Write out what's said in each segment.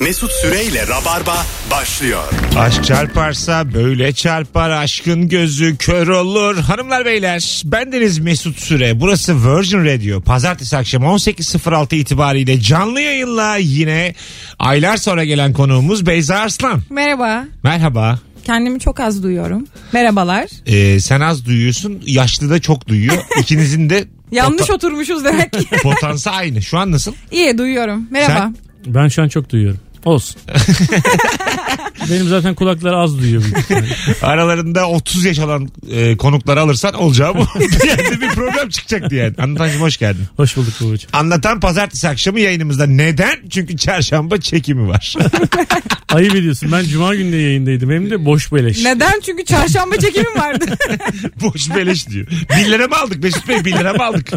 Mesut Süreyle Rabarba başlıyor. Aşk çarparsa böyle çarpar, aşkın gözü kör olur. Hanımlar beyler, bendeniz Mesut Süre. Burası Virgin Radio. Pazartesi akşam 18.06 itibariyle canlı yayınla yine aylar sonra gelen konuğumuz Beyza Arslan. Merhaba. Merhaba. Kendimi çok az duyuyorum. Merhabalar. Sen az duyuyorsun, yaşlı da çok duyuyor. İkinizin de yanlış oturmuşuz demek ki. potansı aynı. Şu an nasıl? İyi, duyuyorum. Merhaba. Sen? Ben şu an çok duyuyorum. Olsun. Benim zaten kulaklar az duyuyor. Aralarında 30 yaş olan konukları alırsan olacağı bu. Bir yerde bir program çıkacaktı yani. Anlatancığım hoş geldin. Hoş bulduk babacığım. Anlatan pazartesi akşamı yayınımızda. Neden? Çünkü çarşamba çekimi var. Ayıp ediyorsun. Ben cuma günü de yayındaydım. Hem de boş beleş. Neden? Çünkü çarşamba çekimim vardı. Boş beleş diyor. 1 lira mı aldık Mesut Bey? 1 lira mı aldık?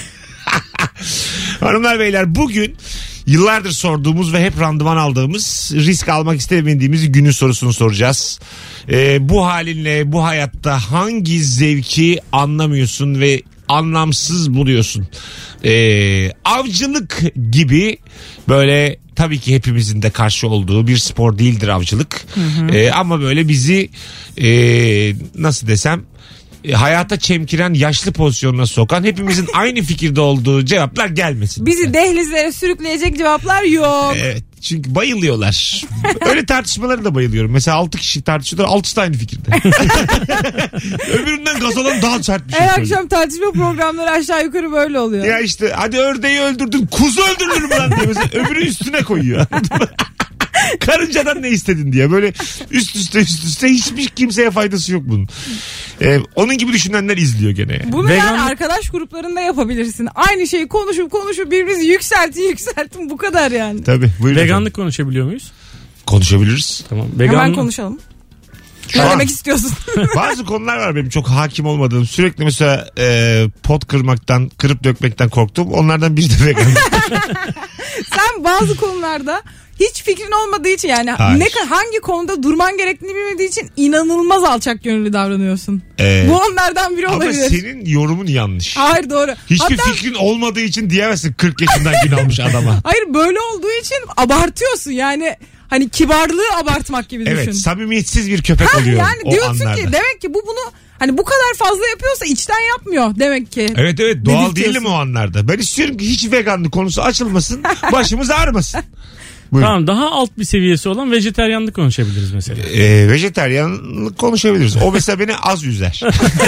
Hanımlar beyler, bugün yıllardır sorduğumuz ve hep randıman aldığımız, risk almak istemediğimiz günün sorusunu soracağız. Bu halinle bu hayatta hangi zevki anlamıyorsun ve anlamsız buluyorsun? Avcılık gibi, böyle tabii ki hepimizin de karşı olduğu bir spor değildir avcılık. Ama böyle bizi nasıl desem, hayata çemkiren, yaşlı pozisyonuna sokan, hepimizin aynı fikirde olduğu cevaplar gelmesin. Bizi dehlizlere sürükleyecek cevaplar yok. Evet, çünkü bayılıyorlar. Öyle tartışmalara da bayılıyorum. Mesela 6 kişi tartışıyorlar, 6'sı da aynı fikirde. Öbüründen gaz alan daha sert bir şey Her söylüyor. akşam tartışma programları aşağı yukarı böyle oluyor. Ya işte hadi ördeği öldürdün, kuzu öldürülür mü lan diye mesela öbürü üstüne koyuyor. Karıncadan ne istedin diye böyle üst üste hiçbir kimseye faydası yok bunun. Onun gibi düşünenler izliyor gene. Bunu yani arkadaş gruplarında yapabilirsin. Aynı şeyi konuşup birbirinizi yükseltin bu kadar yani. Tabii. Veganlık konuşabiliyor muyuz? Konuşabiliriz. Tamam. Hemen konuşalım. Ne demek istiyorsun? Bazı konular var benim çok hakim olmadığım. Sürekli mesela pot kırmaktan, kırıp dökmekten korktum. Onlardan biri de veganlık. Sen bazı konularda hiç fikrin olmadığı için, yani hangi konuda durman gerektiğini bilmediği için inanılmaz alçak gönüllü davranıyorsun. Bu onlardan biri olabilir. Ama senin yorumun yanlış. Hayır, doğru. Hiçbir fikrin olmadığı için diyemezsin 40 yaşından gün almış adama. Hayır, böyle olduğu için abartıyorsun yani. Hani kibarlığı abartmak gibi düşün. Evet, samimiyetsiz bir köpek oluyor yani o diyorsun anlarda. ki demek ki bunu hani bu kadar fazla yapıyorsa içten yapmıyor demek ki. Evet, doğal değilim o anlarda. Ben istiyorum ki hiç veganlık konusu açılmasın, başımız ağrımasın. Buyurun. Tamam, daha alt bir seviyesi olan vejeteryanlık konuşabiliriz mesela. Vejeteryanlık konuşabiliriz. O mesela beni az üzer.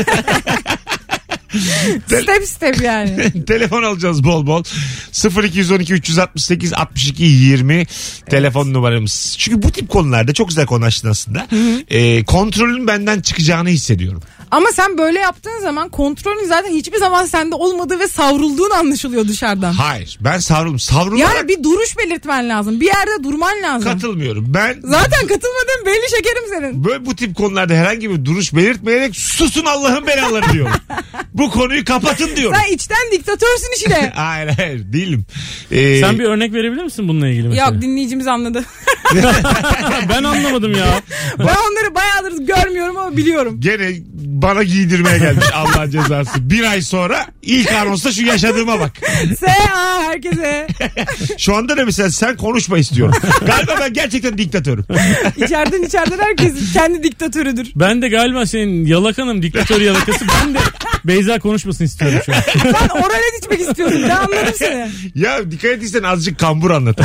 Step yani. Telefon alacağız bol bol. 0212 368 62 20 telefon numaramız. Çünkü bu tip konularda çok güzel konu açtın aslında. Kontrolün benden çıkacağını hissediyorum. Ama sen böyle yaptığın zaman kontrolün zaten hiçbir zaman sende olmadığı ve savrulduğun anlaşılıyor dışarıdan. Hayır, ben savrularak... Yani bir duruş belirtmen lazım. Bir yerde durman lazım. Katılmıyorum. Ben zaten katılmadığın belli şekerim senin. Böyle bu tip konularda herhangi bir duruş belirtmeyerek susun Allah'ın belaları diyorum. Bu konuyu kapatın diyorum. Sen içten diktatörsün işte. Hayır değilim. Sen bir örnek verebilir misin bununla ilgili mesela? Yok, dinleyicimiz anladı. Ben anlamadım ya. Ben onları bayağıdır görmüyorum ama biliyorum. Gene bana giydirmeye gelmiş Allah'ın cezası. 1 ay sonra ilk anonsta şu yaşadığıma bak. Herkese. Şu anda da mesela sen konuşma istiyorum. Galiba ben gerçekten diktatörüm. İçeriden herkes kendi diktatörüdür. Ben de galiba senin yalakanım, diktatör yalakası. Ben de Beyza konuşmasını istiyorum şu an. Sen oralet içmek istiyorsun. Ben anladım seni. Ya dikkat etiysen azıcık kambur anlat.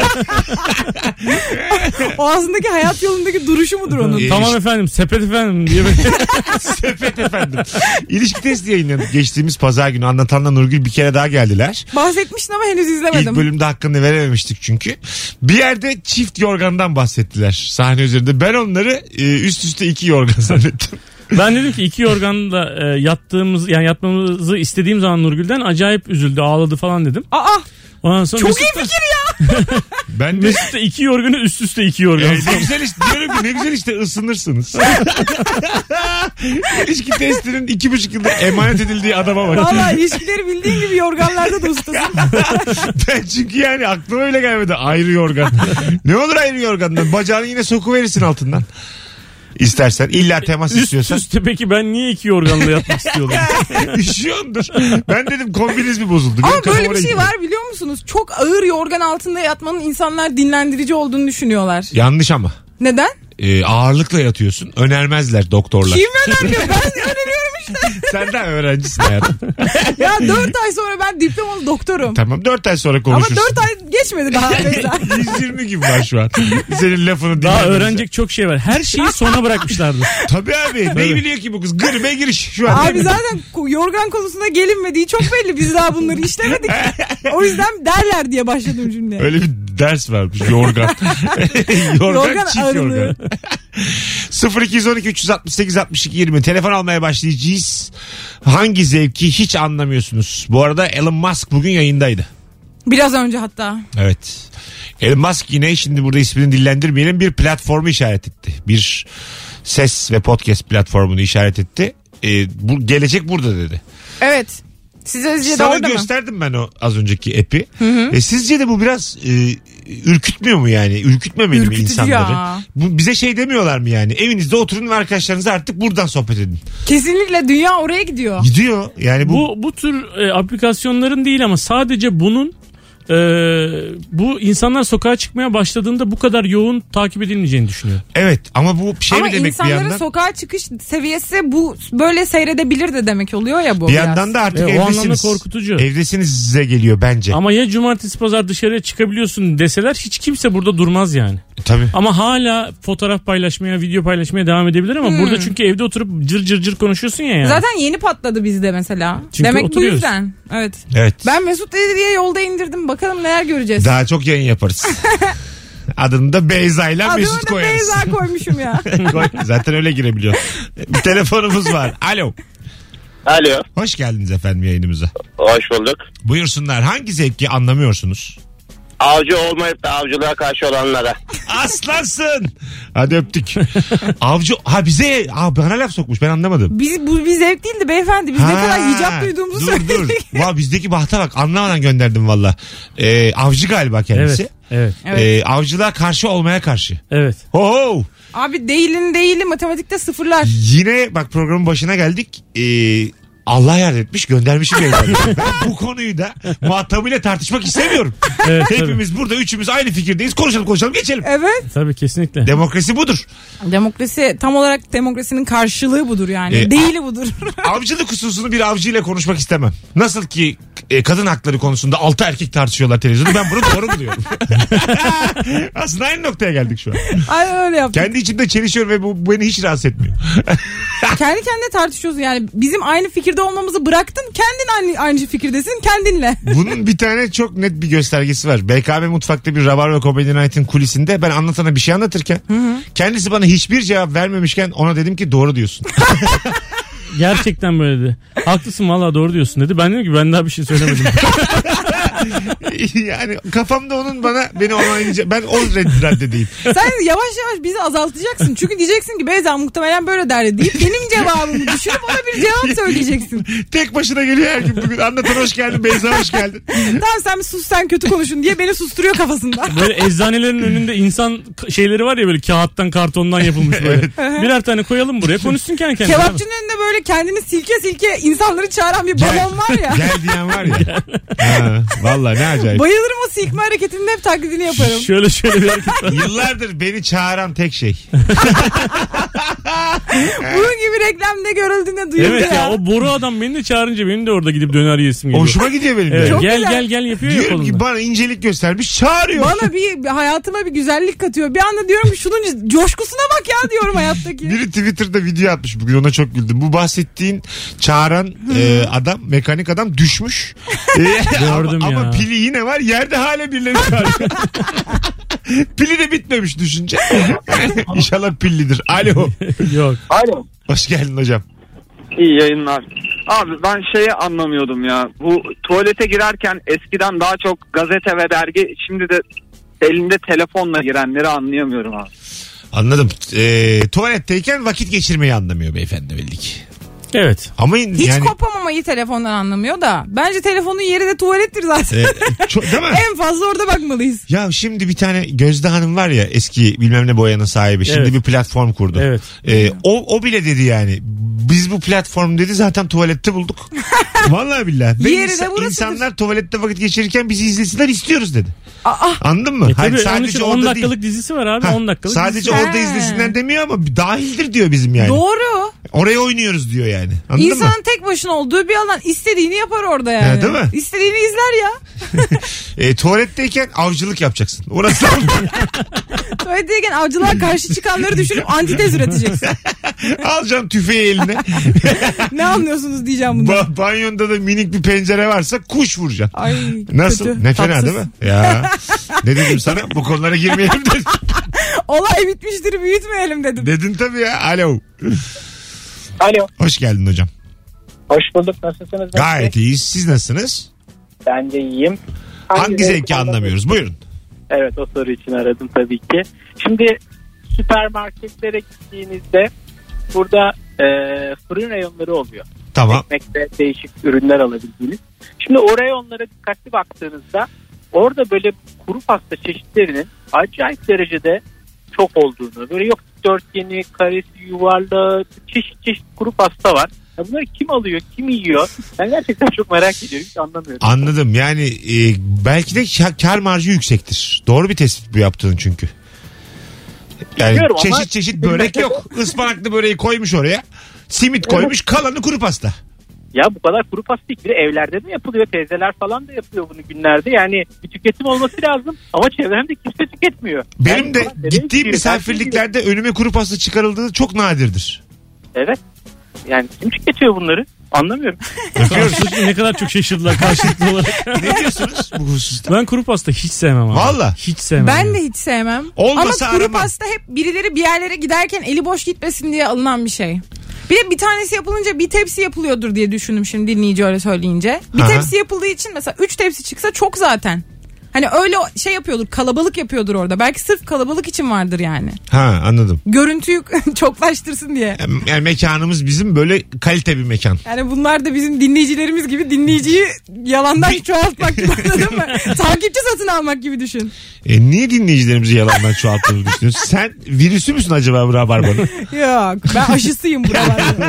O ağzındaki hayat yolundaki duruşu mudur onun? Tamam efendim, sepet efendim diye. Sepet efendim. İlişki testi yayınladık geçtiğimiz pazar günü. Anlatanla Nurgül bir kere daha geldiler. Bahsetmiştin ama henüz izlemedim. İlk bölümde hakkını verememiştik çünkü. Bir yerde çift yorgandan bahsettiler sahne üzerinde. Ben onları üst üste 2 yorgan zannettim. Ben dedim ki 2 yorganla yatmamızı istediğim zaman Nurgül'den acayip üzüldü, ağladı falan dedim. Ondan sonra çok iyi fikir ya. Ben de Mesut'ta 2 yorganı üst üste 2 yorgan. ne güzel işte, diyorum ki ne güzel işte ısınırsınız. İlişki testinin 2,5 yıldır emanet edildiği adama bak. Valla ilişkileri bildiğin gibi yorganlarda da ustasın. Ben çünkü yani aklıma öyle gelmedi, ayrı yorgan. Ne olur ayrı yorgandan, bacağını yine sokuverirsin altından. İstersen illa temas istiyorsan. Üst üste peki ben niye 2 yorganla yatmak istiyorum? Üşüyordur. Ben dedim kombiniz mi bozuldu? Ama böyle bir şey var biliyor musunuz? Çok ağır yorgan altında yatmanın insanlar dinlendirici olduğunu düşünüyorlar. Yanlış ama. Neden? Ağırlıkla yatıyorsun. Önermezler doktorlar. Kim önermiyor? Ben öneriyorum işte. Sen de öğrencisin hayatım. Ya 4 ay sonra ben diplomalı doktorum. Tamam 4 ay sonra konuşuruz. Ama 4 ay geçmedi daha. 120 gibi var şu an. Senin lafını daha dinlememize. öğrenecek çok şey var. Her şeyi sona bırakmışlardı. Tabii abi. Ne biliyor ki bu kız? Gırbe giriş şu an. Abi zaten yorgan konusunda gelinmediği çok belli. Biz daha bunları işlemedik. O yüzden derler diye başladım cümleye. Öyle bir ders varmış. Yorgan. yorgan çift ağırlığı. yorgan. 0212 368 62 20 telefon almaya başlayacağız. Hangi zevki hiç anlamıyorsunuz? Bu arada Elon Musk bugün yayındaydı. Biraz önce hatta. Evet. Elon Musk yine şimdi burada ismini dillendirmeyelim bir platformu işaret etti. Bir ses ve podcast platformunu işaret etti. Bu gelecek burada dedi. Evet. Sizce de sana orada mı? gösterdim ben o az önceki app'i. Sizce de bu biraz ürkütmüyor mu yani? Ürkütmemeli mi insanları? Ya. Bu, bize şey demiyorlar mı yani? Evinizde oturun ve arkadaşlarınızla artık buradan sohbet edin. Kesinlikle dünya oraya gidiyor. Gidiyor. Yani Bu tür aplikasyonların değil ama sadece bunun bu insanlar sokağa çıkmaya başladığında bu kadar yoğun takip edilmeyeceğini düşünüyor. Evet ama bu şey ama mi demek bir yandan? Ama insanların sokağa çıkış seviyesi bu böyle seyredebilir de demek oluyor ya bu. Bir yandan da artık o anlamda evdesiniz. Korkutucu. Evdesiniz size geliyor bence. Ama ya cumartesi pazar dışarıya çıkabiliyorsun deseler hiç kimse burada durmaz yani. Tabii. Ama hala fotoğraf paylaşmaya, video paylaşmaya devam edebilir ama burada çünkü evde oturup cır cır konuşuyorsun ya yani. Zaten yeni patladı bizde mesela. Çünkü demek oturuyoruz. bu yüzden. Evet. Ben Mesut dedi diye yolda indirdim. Bakalım neler göreceğiz. Daha çok yayın yaparız. Adını da Beyza ile Mesut Adını da koyarız. Beyza koymuşum ya. Zaten öyle girebiliyor. Bir telefonumuz var. Alo. Alo. Hoş geldiniz efendim yayınımıza. Hoş bulduk. Buyursunlar. Hangi zevki anlamıyorsunuz? Avcı olmayıp da avcılığa karşı olanlara. Aslansın. Hadi öptük. Avcı bize bana laf sokmuş ben anlamadım. Bu bir zevk değildi beyefendi. Biz ne kadar hicap duyduğumuzu söyledik. Dur. Bizdeki bahta bak anlamadan gönderdim valla. Avcı galiba kendisi. Evet. Avcılığa karşı olmaya karşı. Evet. Ho. Abi değili matematikte sıfırlar. Yine bak programın başına geldik. Allah yardım etmiş göndermişim beyefendi. Ben bu konuyu da muhatabıyla tartışmak istemiyorum. Evet, hepimiz tabii. burada üçümüz aynı fikirdeyiz. Konuşalım geçelim. Evet. Tabii kesinlikle. Demokrasi budur. Demokrasi tam olarak demokrasinin karşılığı budur yani. Değili budur. Avcılık hususunu bir avcıyla konuşmak istemem. Nasıl ki kadın hakları konusunda 6 erkek tartışıyorlar televizyonda ben bunu doğru buluyorum. Aslında aynı noktaya geldik şu an. Aynen öyle yaptık. Kendi içimde çelişiyor ve bu beni hiç rahatsız etmiyor. Kendi kendine tartışıyorsun yani. Bizim aynı fikirde olmamızı bıraktın. Kendin aynı fikirdesin kendinle. Bunun bir tane çok net bir göstergesi var. BKM Mutfak'ta bir Rabarba Comedy Night'in kulisinde ben anlatana bir şey anlatırken kendisi bana hiçbir cevap vermemişken ona dedim ki doğru diyorsun. Gerçekten böyle dedi. Haklısın valla doğru diyorsun dedi. Ben dedim ki ben daha bir şey söylemedim. Yani kafamda onun beni onaylayacak. Ben o reddedeyim. Sen yavaş yavaş bizi azaltacaksın. Çünkü diyeceksin ki Beyza muhtemelen böyle derdi deyip benim cevabımı düşünüp ona bir cevap söyleyeceksin. Tek başına geliyor her gün bugün. Anlatan hoş geldin Beyza hoş geldin. Tamam sen sus sen kötü konuşun diye beni susturuyor kafasında. Böyle eczanelerin önünde insan şeyleri var ya böyle kağıttan kartondan yapılmış böyle. Birer tane koyalım buraya konuşsun kendi kendine. Kebapçının önünde böyle kendini silke insanları çağıran bir balon var ya. Gel diyen var ya. Vallahi ne acayip. Bayılırım o silkme hareketinin hep taklidini yaparım. Şöyle bir hareket. Yıllardır beni çağıran tek şey. Bunun gibi reklamda görüldüğünde duyuldu Evet ya o boru adam beni de çağırınca benim de orada gidip döner yesim geliyor. Hoşuma gidiyor benim de. Evet, Çok gel güzel. gel yapıyor ya Diyorum ki kolunda. bana incelik göstermiş çağırıyor. Bana bir hayatıma bir güzellik katıyor. Bir anda diyorum ki şunun coşkusuna bak ya diyorum hayattaki. Biri Twitter'da video atmış bugün ona çok güldüm. Bu bahsettiğin çağıran adam mekanik adam düşmüş. Gördüm ama ya. pili yine var yerde hala birileri çağırıyor. Pili de bitmemiş düşünce. İnşallah pillidir. Alo. Yok. Alo. Hoş geldin hocam. İyi yayınlar. Abi ben şeyi anlamıyordum ya. Bu tuvalete girerken eskiden daha çok gazete ve dergi, şimdi de elinde telefonla girenleri anlayamıyorum abi. Anladım. Tuvaletteyken vakit geçirmeyi anlamıyor beyefendi belli ki. Evet. Ama Hiç yani... kopamamayı telefondan anlamıyor da. Bence telefonun yeri de tuvalettir zaten. Değil mi? En fazla orada bakmalıyız. Ya şimdi bir tane Gözde Hanım var ya, eski bilmem ne boyanın sahibi. Şimdi bir platform kurdu. Evet. O bile dedi yani. Biz bu platform dedi zaten tuvalette bulduk. Vallahi billahi. Yeri de burasıdır. İnsanlar tuvalette vakit geçirirken bizi izlesinler istiyoruz dedi. Anladın mı? Tabii sadece onun için 10 dakikalık dizisi var abi. 10 dakikalık sadece dizisi. orada izlesinler demiyor ama dahildir diyor bizim yani. Doğru. Oraya oynuyoruz diyor yani. Anladın mı? İnsanın tek başına olduğu bir alan, istediğini yapar orada yani. Değil mi? İstediğini izler ya. Tuvaletteyken avcılık yapacaksın. Orası Tuvaletteyken avcılığa karşı çıkanları düşünüp antitez üreteceksin. alacaksın tüfeği eline. Ne anlıyorsunuz diyeceğim bundan. Banyonda da minik bir pencere varsa kuş vuracaksın. Ay, nasıl? kötü, Ne fena tatsız. değil mi? Ya ne dedim sana? Bu konulara girmeyelim dedim. Olay bitmiştir, büyütmeyelim dedim. Dedin tabii ya. Alo. Alo. Hoş geldin hocam. Hoş bulduk. Nasılsınız? Gayet iyiyiz. Siz nasılsınız? Ben de iyiyim. Hangi zevki anlamıyoruz? Buyurun. Evet, o soru için aradım tabii ki. Şimdi süpermarketlere gittiğinizde burada fırın reyonları oluyor. Tamam. Ekmek ve değişik ürünler alabildiğiniz. Şimdi o reyonlara dikkatli baktığınızda orada böyle kuru pasta çeşitlerinin acayip derecede çok olduğunu, böyle yok dörtgeni, karesi, yuvarlağı, çeşit kuru pasta var. Ya bunları kim alıyor, kim yiyor? Ben gerçekten çok merak ediyorum. Hiç anlamıyorum. Anladım. Yani belki de kar marjı yüksektir. Doğru bir tespit bu yaptığın çünkü. Yani Bilmiyorum ama- çeşit börek yok. Ispanaklı böreği koymuş oraya. Simit koymuş, kalanı kuru pasta. Ya bu kadar kuru pasta bir de evlerde mi yapılıyor? Teyzeler falan da yapıyor bunu günlerde. Yani bir tüketim olması lazım ama çevremde kimse tüketmiyor. Benim Yani de falan nereye gittiğim gidiyor? misafirliklerde önüme kuru pasta çıkarıldığı çok nadirdir. Evet. Yani kim tüketiyor bunları? Anlamıyorum. Ne kadar çok şaşırdılar karşılıklı olarak. Ne diyorsunuz bu hususta? Ben kuru pasta hiç sevmem abi. Valla. Hiç sevmem. Ben yani. de hiç sevmem. Olmasa Ama kuru aramam. pasta hep birileri bir yerlere giderken eli boş gitmesin diye alınan bir şey. Bir de bir tanesi yapılınca bir tepsi yapılıyordur diye düşündüm şimdi dinleyici öyle söyleyince. Bir Aha. tepsi yapıldığı için mesela 3 tepsi çıksa çok zaten. Hani öyle şey yapıyordur, kalabalık yapıyordur orada. Belki sırf kalabalık için vardır yani. Ha, anladım. Görüntüyü çoklaştırsın diye. Yani mekanımız bizim böyle kalite bir mekan. Yani bunlar da bizim dinleyicilerimiz gibi dinleyiciyi yalandan çoğaltmak gibi, anladın mı? Takipçi satın almak gibi düşün. Niye dinleyicilerimizi yalandan çoğalttığını düşünüyorsun? Sen virüsü müsün acaba bu Rabarba'nın? Yok, ben aşısıyım buralarda.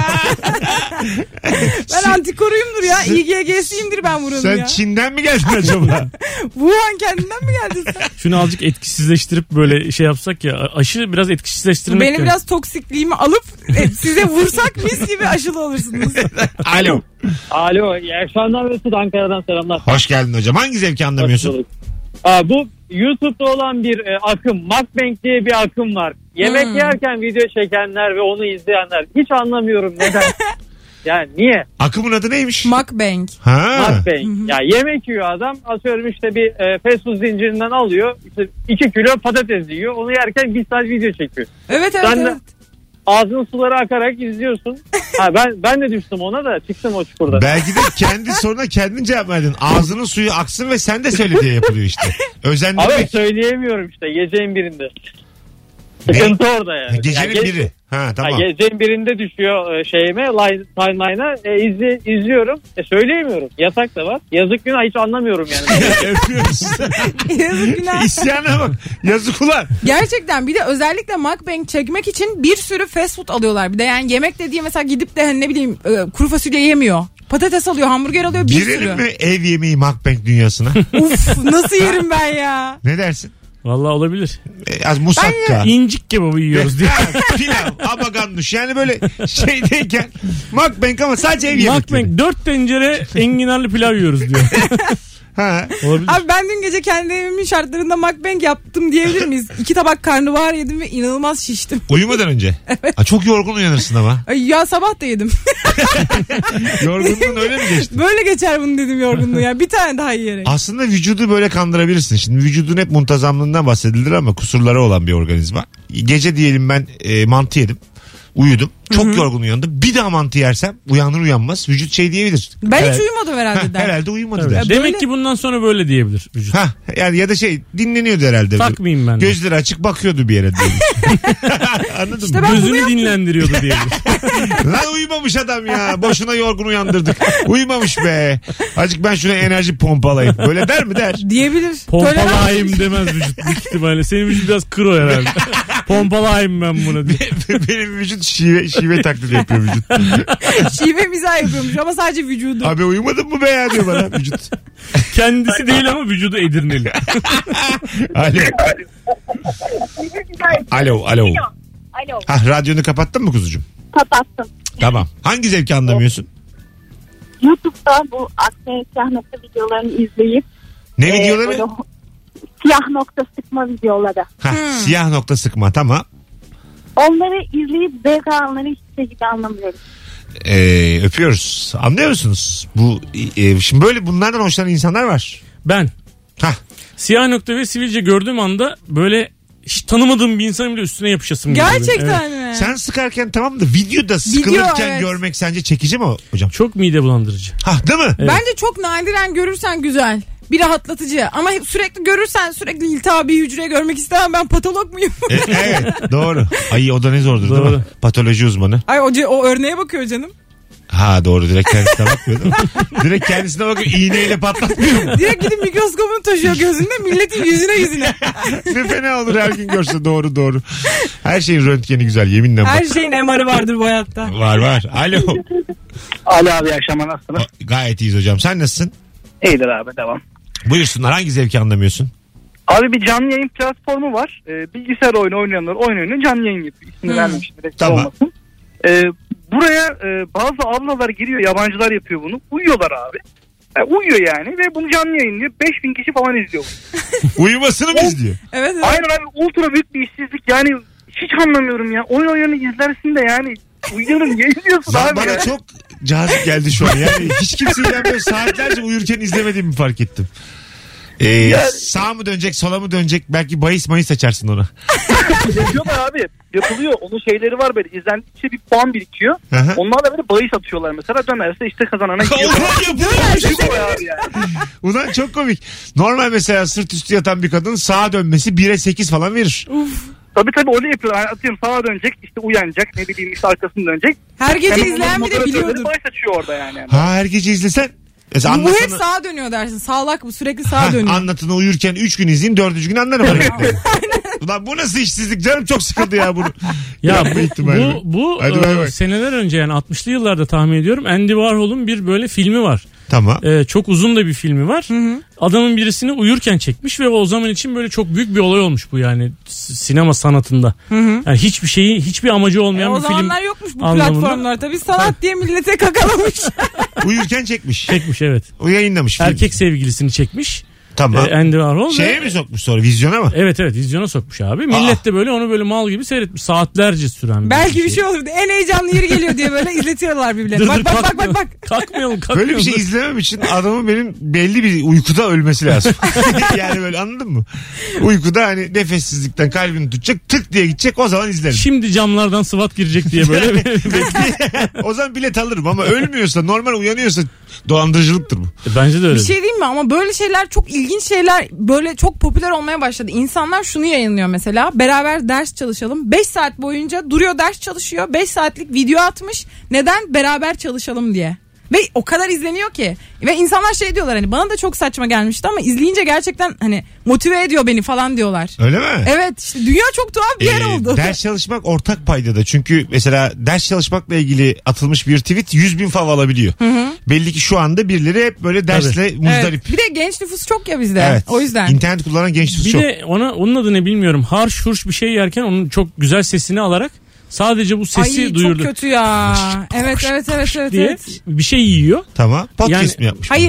Ben antikoruyumdur ya. İGG'siyimdir ben buranın Sen ya. Çin'den mi geldin acaba? Wuhan kendinden mi geldin sen? Şunu azıcık etkisizleştirip böyle şey yapsak ya. Aşı biraz etkisizleştirmek. Benim yani. biraz toksikliğimi alıp size vursak mis gibi aşılı olursunuz. Alo. Alo, iyi akşamlar Mesut, Ankara'dan selamlar. Hoş geldin hocam. Hangi zevki anlamıyorsun? Bu YouTube'da olan bir akım, mukbang diye bir akım var. Yemek yerken video çekenler ve onu izleyenler. Hiç anlamıyorum neden. Yani niye? Akımın adı neymiş? Mukbang. Ha. Mukbang. Ya yemek yiyor adam, atıyorum işte bir fast food zincirinden alıyor. İşte 2 kilo patates yiyor. Onu yerken bir saat video çekiyor. Evet. Ağzının suları akarak izliyorsun. Ben de düştüm ona da çıktım o çukurda. Belki de kendi soruna kendin cevap verdin. Ağzının suyu aksın ve sen de söyle diye yapılıyor işte. Özendirmek. Ama söyleyemiyorum işte gecenin birinde. Sıkıntı orada yani. Gecenin yani biri. Ha, tamam. Gecenin birinde düşüyor timeline'a izliyorum. Söyleyemiyorum. Yasak da var. Yazık günah, hiç anlamıyorum yani. Öpüyoruz. Yazık günah. İsyana bak. Yazık ulan. Gerçekten bir de özellikle mukbang çekmek için bir sürü fast food alıyorlar. Bir de yani yemek dediği mesela gidip de hani ne bileyim kuru fasulye yemiyor. Patates alıyor, hamburger alıyor, bir Girelim sürü. mi ev yemeği mukbang dünyasına? Uf, nasıl yerim ben ya? Ne dersin? Vallahi olabilir. Az musakka. İncik kebabı yiyoruz diye. Pilav, abaganduş. Yani böyle şeydeyken mukbang ama sadece ev yemekleri. Mukbang 4 tencere enginarlı pilav yiyoruz diyor. Ha. Olabilir. Abi ben dün gece kendi evimin şartlarında mukbang yaptım diyebilir miyiz? 2 tabak karnabahar yedim ve inanılmaz şiştim. Uyumadan önce. Evet. Çok yorgun uyanırsın ama. Ay ya sabah da yedim. Yorgunluğun öyle mi geçti? Böyle geçer bunu dedim yorgunluğu ya. Bir tane daha yiyerek. Aslında vücudu böyle kandırabilirsin. Şimdi vücudun hep muntazamlığından bahsedilir ama kusurları olan bir organizma. Gece diyelim ben mantı yedim. Uyudum. Çok yorgun uyandım. Bir daha mantı yersem uyanır uyanmaz vücut şey diyebilir. Ben hiç uyumadım herhalde der. Herhalde uyumadı Evet. der. Demek ki bundan sonra böyle diyebilir vücut. Yani ya da dinleniyordu herhalde. Takmayayım ben de. Gözleri açık bakıyordu bir yere. Anladın mı? Gözünü dinlendiriyordu diyebilir. Lan uyumamış adam ya. Boşuna yorgun uyandırdık. Uyumamış be. Azıcık ben şuna enerji pompalayayım. Böyle der mi der? Diyebilir. Pompalayayım demez vücut büyük ihtimalle. Senin vücut biraz kro herhalde. Pompalayayım ben bunu diye. Benim vücut şive taklidi yapıyor vücut. Şive mizah yapıyormuş ama sadece vücudu. Abi uyumadın mı be ya diyor bana vücut. Kendisi değil ama vücudu Edirneli. Alo. Alo. Radyonu kapattın mı kuzucuğum? Kapattım. Tamam. Hangi zevki anlamıyorsun? YouTube'da bu akne siyah nokta videolarını izleyip Ne videoları? siyah nokta sıkma videoları. Siyah nokta sıkma, tamam. Onları izleyip zevk alanları hiçbir şekilde anlamıyorum. Öpüyoruz. Anlıyor musunuz? Şimdi böyle bunlardan hoşlanan insanlar var. Ben. Siyah nokta ve sivilce gördüğüm anda böyle hiç tanımadığım bir insanın bile üstüne yapışasım geliyor. Gerçekten mi? Sen sıkarken tamam da videoda sıkılırken görmek sence çekici mi hocam? Çok mide bulandırıcı. Değil mi? Evet. Bence çok nadiren görürsen güzel. Bir rahatlatıcı. Ama sürekli görürsen sürekli iltihabi hücre görmek istemem. Ben patolog muyum? Evet doğru. Ay o da ne zordur değil mi? Patoloji uzmanı. Ay o örneğe bakıyor canım. Doğru, direkt kendisine bakmıyor değil mi? Direkt kendisine bakıyor, iğneyle patlatmıyor mu? Direkt gidip mikroskopunu taşıyor gözünde, milletin yüzüne. Ne fena olur her gün görse, doğru. Her şeyin röntgeni güzel, yeminle bak. Her şeyin MR'ı vardır bu hayatta. Var. Alo. Alo abi, iyi akşamlar, nasılsınız? Gayet iyiyiz hocam, sen nasılsın? İyidir abi, devam. Buyursunlar, hangi zevki anlamıyorsun? Abi bir canlı yayın platformu var. Bilgisayar oyunu oynayanlar oyunu canlı yayın yapıyor. İsmini vermemiştim. Tamam. Olmasın. Buraya bazı ablalar giriyor, yabancılar yapıyor bunu. Uyuyorlar abi. Uyuyor yani ve bunu canlı yayınlıyor. 5000 kişi falan izliyor. Uyumasını mı izliyor? Evet. Aynen abi, ultra büyük bir işsizlik yani, hiç anlamıyorum ya. Oyun oyunu izlersin de yani uyuyanın niye izliyorsun abi bana ya? çok cazip geldi şu an. Yani hiç kimseyi ben böyle saatlerce uyurken izlemediğimi fark ettim. Sağa mı dönecek, sola mı dönecek, belki bahis mayıs açarsın ona. Yapıyorlar abi, yapılıyor. Onun şeyleri var, böyle izlendikçe bir puan birikiyor. Aha. Onlar da böyle bahis atıyorlar mesela, dönerse işte kazanana gidiyor. Ulan çok komik. Normal mesela sırt üstü yatan bir kadın sağa dönmesi 1'e 8 falan verir. Tabii öyle yapıyorlar. Yani atıyorum sağa dönecek, işte uyanacak, ne bileyim işte arkasını dönecek. Her gece izleyen bile biliyordur. Bahis açıyor orada yani. Her gece izlesen. Bu hep sağa dönüyor dersin. Sağlak bu, sürekli sağa dönüyor. Anlatını uyurken 3 gün izleyeyim, 4. gün anlarım hareketleri. Ulan bu nasıl işsizlik canım, çok sıkıldı ya bunu. Ya bu seneler önce, yani 60'lı yıllarda tahmin ediyorum, Andy Warhol'un bir böyle filmi var. Tamam. Çok uzun da bir filmi var. Hı. Adamın birisini uyurken çekmiş ve o zaman için böyle çok büyük bir olay olmuş bu, yani sinema sanatında. Hı. Yani hiçbir amacı olmayan bir film. O zamanlar yokmuş bu platformlar. Tabii sanat diye millete kakalamış. Uyurken çekmiş. Çekmiş, evet. O yayınlamış. Erkek sevgilisini çekmiş. Tamam. Andy Warhol. Şeye mi sokmuş sonra, vizyona mı? Evet vizyona sokmuş abi. Millet de böyle onu böyle mal gibi seyretmiş. Saatlerce süren belki bir şey olurdu. En heyecanlı yeri geliyor diye böyle izletiyorlar birbirlerine. Bak. Kalkmayalım. Böyle bir şey izlemem için adamın benim belli bir uykuda ölmesi lazım. Yani böyle, anladın mı? Uykuda hani nefessizlikten kalbini tutacak, tık diye gidecek, o zaman izlerim. Şimdi camlardan sıvat girecek diye böyle. O zaman bilet alırım ama ölmüyorsa, normal uyanıyorsa dolandırıcılıktır bu. Bence de öyle. Bir şey diyeyim mi, ama böyle şeyler, çok ilginç şeyler böyle çok popüler olmaya başladı. İnsanlar şunu yayınlıyor mesela: beraber ders çalışalım. 5 saat boyunca duruyor, ders çalışıyor. 5 saatlik video atmış. Neden? Beraber çalışalım diye. Ve o kadar izleniyor ki. Ve insanlar şey diyorlar, hani bana da çok saçma gelmişti ama izleyince gerçekten hani motive ediyor beni falan diyorlar. Öyle mi? Evet, işte dünya çok tuhaf bir yer oldu. Ders çalışmak ortak paydada. Çünkü mesela ders çalışmakla ilgili atılmış bir tweet 100.000 fav alabiliyor. Hı. Belli ki şu anda birileri hep böyle dersle muzdarip. Evet. Bir de genç nüfus çok ya bizde. Evet. O yüzden. İnternet kullanan genç nüfus bir çok. Bir de onun adı ne bilmiyorum. Harş hurş bir şey yerken onun çok güzel sesini alarak sadece bu sesi duyurdu. Çok kötü ya. Evet. Diye bir şey yiyor. Tamam. Podcast mi yapmış? Hayır.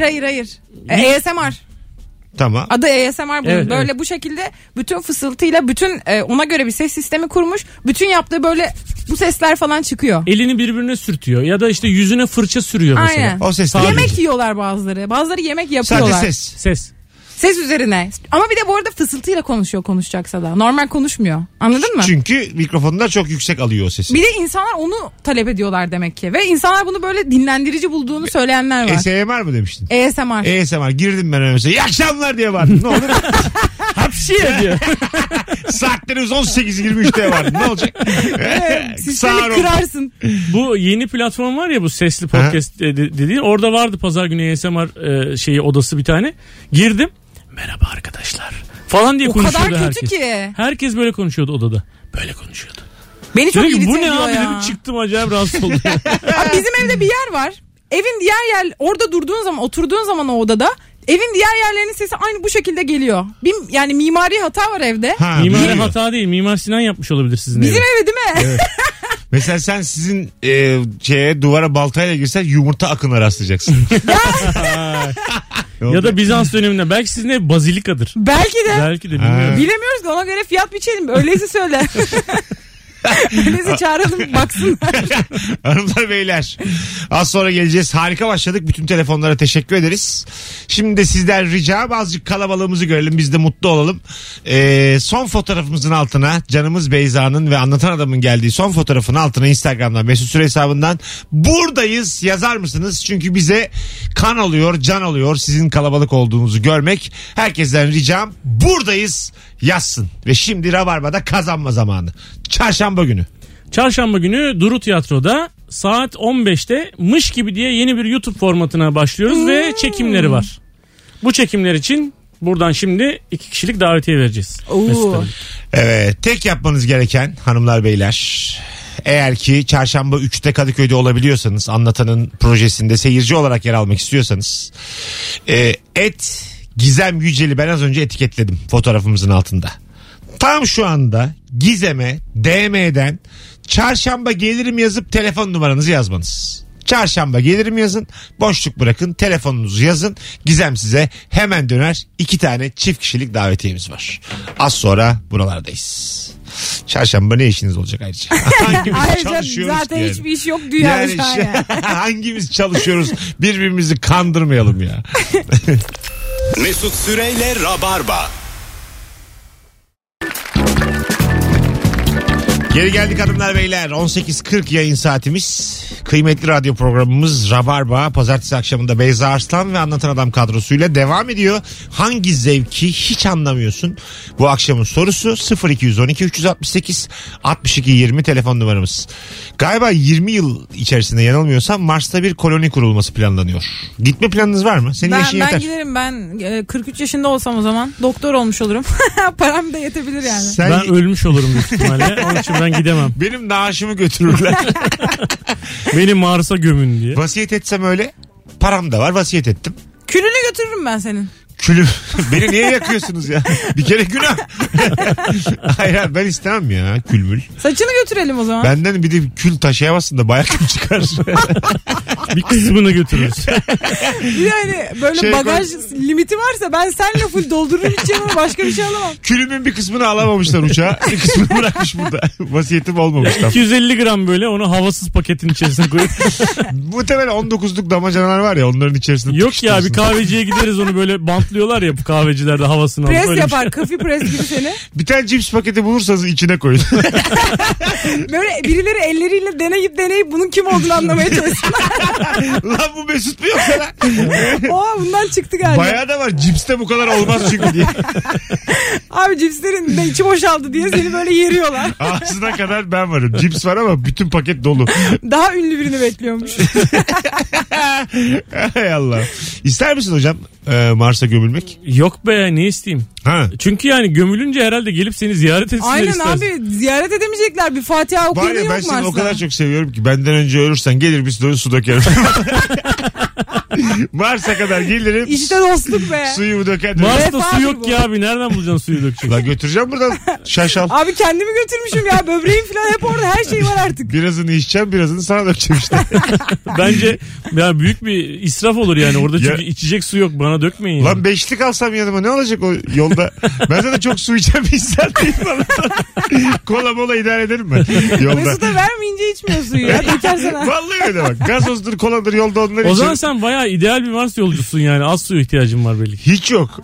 ASMR. Tamam. Adı ASMR bunun. Evet, böyle bu şekilde bütün fısıltıyla, bütün ona göre bir ses sistemi kurmuş. Bütün yaptığı böyle bu sesler falan çıkıyor. Elini birbirine sürtüyor ya da işte yüzüne fırça sürüyor mesela. Aynen. O ses. Yemek yiyorlar bazıları. Bazıları yemek yapıyorlar. Sadece ses. Ses üzerine. Ama bir de bu arada fısıltıyla konuşuyor konuşacaksa da. Normal konuşmuyor. Anladın mı? Çünkü mikrofonlar çok yüksek alıyor o sesi. Bir de insanlar onu talep ediyorlar demek ki. Ve insanlar bunu böyle dinlendirici bulduğunu söyleyenler var. ASMR mı demiştin? ASMR. ASMR. Girdim ben önce. İyi akşamlar diye vardım. Ne olur? Hapşiye diyor. Saatlerimiz 18:23'te vardı. Ne olacak? Sistemi kırarsın. Bu yeni platform var ya, bu sesli podcast dediğin. Orada vardı pazar günü ASMR odası bir tane. Girdim. Merhaba arkadaşlar falan diye konuşuyordu herkes. O kadar kötü ki. Herkes böyle konuşuyordu odada. Böyle konuşuyordu. Beni çok irite ediyor ya. Bu ne abi dedim, çıktım acayip rahatsız oldum. Abi bizim evde bir yer var. Evin diğer yer orada durduğun zaman, oturduğun zaman o odada evin diğer yerlerinin sesi aynı bu şekilde geliyor. Yani mimari hata var evde. Mimari hata değil. Mimar Sinan yapmış olabilir sizin bizim evi değil mi? Evet. Mesela sen sizin duvara baltayla girsen yumurta akına rastlayacaksın. Ya da Bizans döneminde. Belki sizin ev bazilikadır. Belki de. Belki de bilmiyorum. Bilemiyoruz ki, ona göre fiyat biçelim. Öyleyse söyle. Öyleyse çağıralım baksınlar. Hanımlar beyler, az sonra geleceğiz. Harika başladık. Bütün telefonlara teşekkür ederiz. Şimdi de sizden ricam, azıcık kalabalığımızı görelim. Biz de mutlu olalım. Son fotoğrafımızın altına canımız Beyza'nın ve Anlatan Adam'ın geldiği son fotoğrafın altına Instagram'dan Mesut Süre hesabından buradayız yazar mısınız? Çünkü bize kan oluyor, can oluyor sizin kalabalık olduğunuzu görmek. Herkesten ricam buradayız yazsın. Ve şimdi Rabarba'da kazanma zamanı. Çarşamba günü. Çarşamba günü Duru Tiyatro'da saat 15'te Mış Gibi diye yeni bir YouTube formatına başlıyoruz ve çekimleri var. Bu çekimler için buradan şimdi 2 kişilik davetiye vereceğiz. Evet, tek yapmanız gereken hanımlar beyler, eğer ki çarşamba 3'te Kadıköy'de olabiliyorsanız, Anlatan'ın projesinde seyirci olarak yer almak istiyorsanız, Gizem Yücel'i ben az önce etiketledim fotoğrafımızın altında. Tam şu anda Gizem'e DM'den çarşamba gelirim yazıp telefon numaranızı yazmanız. Çarşamba gelirim yazın, boşluk bırakın, telefonunuzu yazın. Gizem size hemen döner. 2 tane çift kişilik davetiyemiz var. Az sonra buralardayız. Çarşamba ne işiniz olacak ayrıca? Hangimiz çalışıyoruz zaten yani? Hiçbir iş yok dünyada şu an. Hangimiz çalışıyoruz? Birbirimizi kandırmayalım ya. Mesut Süreyle Rabarba. Geri geldik hanımlar beyler. 18.40 yayın saatimiz. Kıymetli radyo programımız Rabarba. Pazartesi akşamında Beyza Arslan ve Anlatan Adam kadrosuyla devam ediyor. Hangi zevki hiç anlamıyorsun? Bu akşamın sorusu 0212 368 62 20 telefon numaramız. Galiba 20 yıl içerisinde yanılmıyorsam Mars'ta bir koloni kurulması planlanıyor. Gitme planınız var mı? Senin yaşın yeter. Ben giderim. Ben 43 yaşında olsam o zaman doktor olmuş olurum. Param da yetebilir yani. Ben ölmüş olurum büyük ihtimalle. Onun için ben gidemem. Benim naaşımı götürürler. Beni Mars'a gömün diye. Vasiyet etsem öyle. Param da var, vasiyet ettim. Külünü götürürüm ben senin. Külüm. Beni niye yakıyorsunuz ya? Bir kere günah. Hayır ben istemem ya külmül. Saçını götürelim o zaman. Benden bir de kül taşıyamazsın da bayağı kül çıkar. Bir kısmını götürürüz. Yani böyle bagaj limiti varsa ben seninle full doldururum içeceğim ama başka bir şey alamam. Külümün bir kısmını alamamışlar uçağa. Bir kısmını bırakmış burada. Vasiyetim olmamış. 250 gram böyle onu havasız paketin içerisine koyup. Muhtemelen 19'luk damacanalar var ya, onların içerisinde. Yok ya, bir kahveciye gideriz, onu böyle bantlıyorlar ya bu kahvecilerde havasını alıp. Pres yapar. Kafi pres gibi seni. Bir tane cips paketi bulursanız içine koyun. Böyle birileri elleriyle deneyip bunun kim olduğunu anlamaya çalışsınlar. Lan bu Mesut mu yoksa lan? Bundan çıktı galiba. Bayağı da var. Cipste bu kadar olmaz çünkü diye. Abi cipslerin de içi boşaldı diye seni böyle yeriyorlar. Ağzına kadar ben varım. Cips var ama bütün paket dolu. Daha ünlü birini bekliyormuş. Hay Allah. İster misin hocam Mars'a gömülmek? Yok be, ne isteyeyim. Çünkü yani gömülünce herhalde gelip seni ziyaret etsinler. Aynen istersin. abi, ziyaret edemeyecekler, bir Fatiha okuyun yok Ben seni Mars'ta. o kadar çok seviyorum ki benden önce ölürsen gelir bir su dökerim. Mars'a kadar gelirim. İşte dostluk be. Suyu döker. Mars'ta su yok ki abi, nereden bulacaksın suyu dökeceksin? La götüreceğim buradan şaşal. Abi kendimi götürmüşüm ya, böbreğim falan hep orada, her şey var artık. Birazını içeceğim, birazını sana dökeceğim işte. Bence ya büyük bir israf olur yani orada, çünkü içecek su yok, bana dökmeyin. Lan 5'lik alsam yanıma ne olacak o yolda? Ben zaten çok su içen bir insan değilim. Kola mola idare ederim ben yolda. Mesut'a vermeyince içmiyor suyu ya, dökersene. Vallahi öyle bak. Gazozdur, koladır, yolda onları O zaman içerim. sen bayağı Bayağı ideal bir Mars yolcusun yani. Az suya ihtiyacın var belli ki. Hiç yok.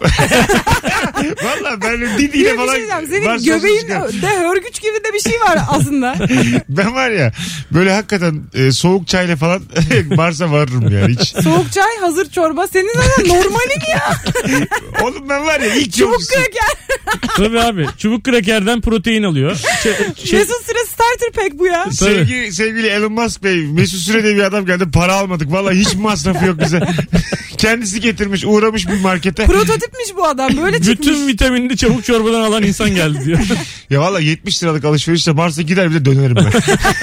Valla ben Didi'yle falan. Senin Mars göbeğinde yolcusu hörgüç gibi de bir şey var aslında. ben var ya böyle hakikaten soğuk çayla falan Mars'a varırım yani hiç. Soğuk çay, hazır çorba. Senin zaten normalin ya. Oğlum ben var ya ilk Çubuk yolcusu. kraker. Tabii abi. Çubuk krakerden protein alıyor. Mesut Süre starter pack bu ya. Sevgili Elon Musk Bey, Mesut Süre diye bir adam geldi, para almadık. Vallahi hiç masrafı yok bize. Kendisi getirmiş, uğramış bir markete. Prototipmiş bu adam, böyle çıkmış. Bütün vitaminini çabuk çorbadan alan insan geldi diyor. Ya vallahi 70 liralık alışverişle Mars'a gider bir de dönerim ben.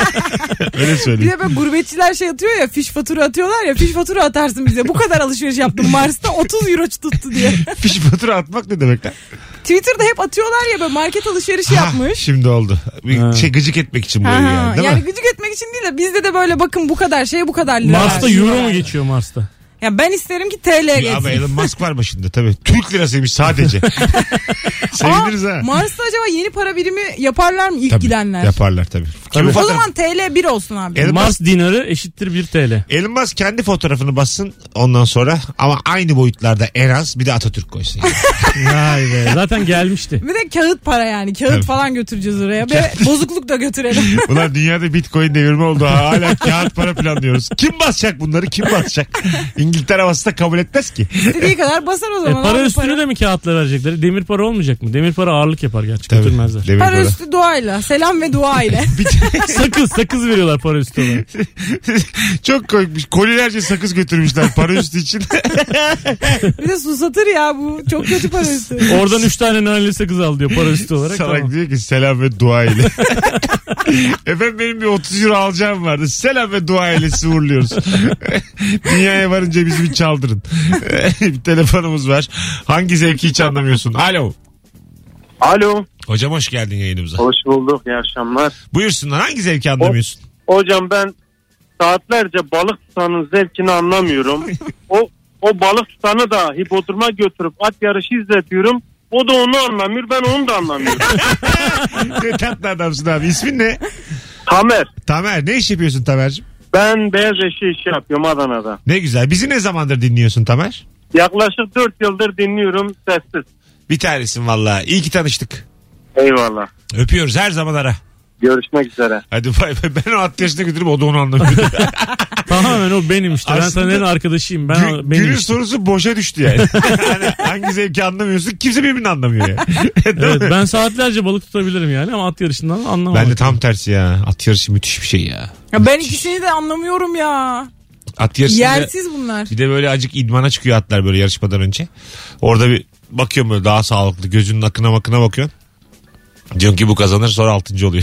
Öyle Bir söyleyeyim. de böyle gurbetçiler şey atıyor ya, fiş fatura atıyorlar ya, fiş fatura atarsın bize. Bu kadar alışveriş yaptım Mars'ta 30 euro tuttu diye. Fiş fatura atmak ne demek lan? Twitter'da hep atıyorlar ya, böyle market alışverişi yapmış. Şimdi oldu. Bir gıcık etmek için böyle yani, değil yani mi? gıcık etmek için değil de bizde de böyle bakın bu kadar şey, bu kadar lira. Mars'ta euro mu geçiyor Mars'ta? Ya ben isterim ki TL geçsin. Ama Elon Musk var başında tabii. Türk lirasıymış sadece. Seviniriz ha. Mars'ta acaba yeni para birimi yaparlar mı ilk Tabii, gidenler? yaparlar tabii. O zaman TL 1 olsun abi. Mars dinarı eşittir 1 TL. Elon Musk kendi fotoğrafını bassın ondan sonra ama aynı boyutlarda en az bir de Atatürk koysun. Yani. Vay be, zaten gelmişti. Bir de kağıt para yani. Kağıt Tabii. falan götüreceğiz oraya. Ve bozukluk da götürelim. Ulan dünyada Bitcoin devrimi oldu. Hala kağıt para planlıyoruz. Kim basacak bunları? Kim basacak? İngiltere bassa kabul etmez ki. İstediği kadar basar o zaman. Para abi, üstünü de mi kağıtla verecekler? Demir para olmayacak mı? Demir para ağırlık yapar gerçi. Tabii, Götürmezler. demir Para para. üstü duayla. Selam ve dua ile. sakız veriyorlar para üstü olarak. Çok koymuş. Kolilerce sakız götürmüşler para üstü için. Bir de susatır ya bu. Çok kötü para üstü. Oradan 3 tane naneli sakız al diyor para üstü olarak. Salak Tamam. diyor ki selam ve dua ile. Efendim benim bir 30 euro alacağım vardı. Selam ve dua ile sizi uğurluyoruz. Dünyaya varınca bizi bir çaldırın. Bir telefonumuz var. Hangi zevki hiç anlamıyorsun? Alo. Alo. Hocam hoş geldin yayınımıza. Hoş bulduk. İyi akşamlar. Buyursunlar, hangi zevki anlamıyorsun? Hocam ben saatlerce balık tutanın zevkini anlamıyorum. O balık tutanı da hipodroma götürüp at yarışı izletiyorum. O da onu anlamıyor. Ben onu da anlamıyorum. Ne tatlı adamsın abi. İsmin ne? Tamer. Tamer. Ne iş yapıyorsun Tamer'cim? Ben beyaz eşya işi yapıyorum Adana'da. Ne güzel. Bizi ne zamandır dinliyorsun Tamer? Yaklaşık 4 yıldır dinliyorum, sessiz. Bir tanesin valla. İyi ki tanıştık. Eyvallah. Öpüyoruz, her zaman ara. Görüşmek üzere. Hadi bay bay. Ben o at yarışına götürüp o da onu anlamıyor. Tamamen o benim işte. Ben Aslında senin arkadaşıyım. Benim günün işte. sorusu boşa düştü yani. Hani hangi zevki anlamıyorsun? Kimse birbirini anlamıyor yani. Evet, ben saatlerce balık tutabilirim yani ama at yarışından anlamam. Ben de tam tersi ya. At yarışı müthiş bir şey ya. Ya ben ikisini de anlamıyorum ya. At yarışında Yersiz bunlar. bir de böyle acık idmana çıkıyor atlar böyle yarışmadan önce. Orada bir bakıyorum böyle daha sağlıklı. Gözünün akına bakıyorsun. Diyorsun ki bu kazanır, sonra 6. oluyor.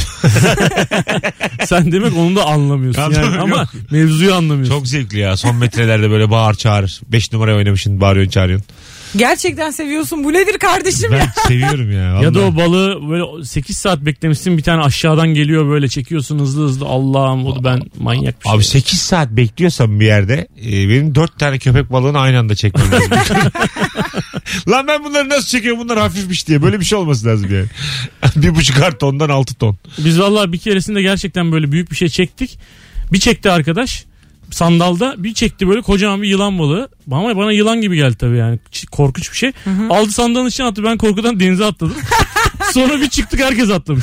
Sen demek onu da anlamıyorsun yani Anlamıyorum, ama yok. mevzuyu anlamıyorsun. Çok zevkli ya. Son metrelerde böyle bağır çağır. 5 numaraya oynamışsın, bağırıyorsun çağırıyorsun. Gerçekten seviyorsun. Bu nedir kardeşim ya? Ben seviyorum ya. Vallahi. Ya da o balığı böyle 8 saat beklemişsin, bir tane aşağıdan geliyor böyle çekiyorsun hızlı Allah'ım, o da ben manyak bir şey. Abi 8 saat bekliyorsam bir yerde benim 4 tane köpek balığını aynı anda çekmem lazım. Lan ben bunları nasıl çekiyorum, bunlar hafifmiş diye. Böyle bir şey olması lazım yani. 1,5 tondan 6 ton. Biz vallahi bir keresinde gerçekten böyle büyük bir şey çektik. Bir çekti arkadaş sandalda, bir çekti böyle kocaman bir yılan balığı. Ama bana yılan gibi geldi tabii yani. Korkunç bir şey. Hı-hı. Aldı sandalın içine attı, ben korkudan denize atladım. Sonra bir çıktık, herkes atlamış.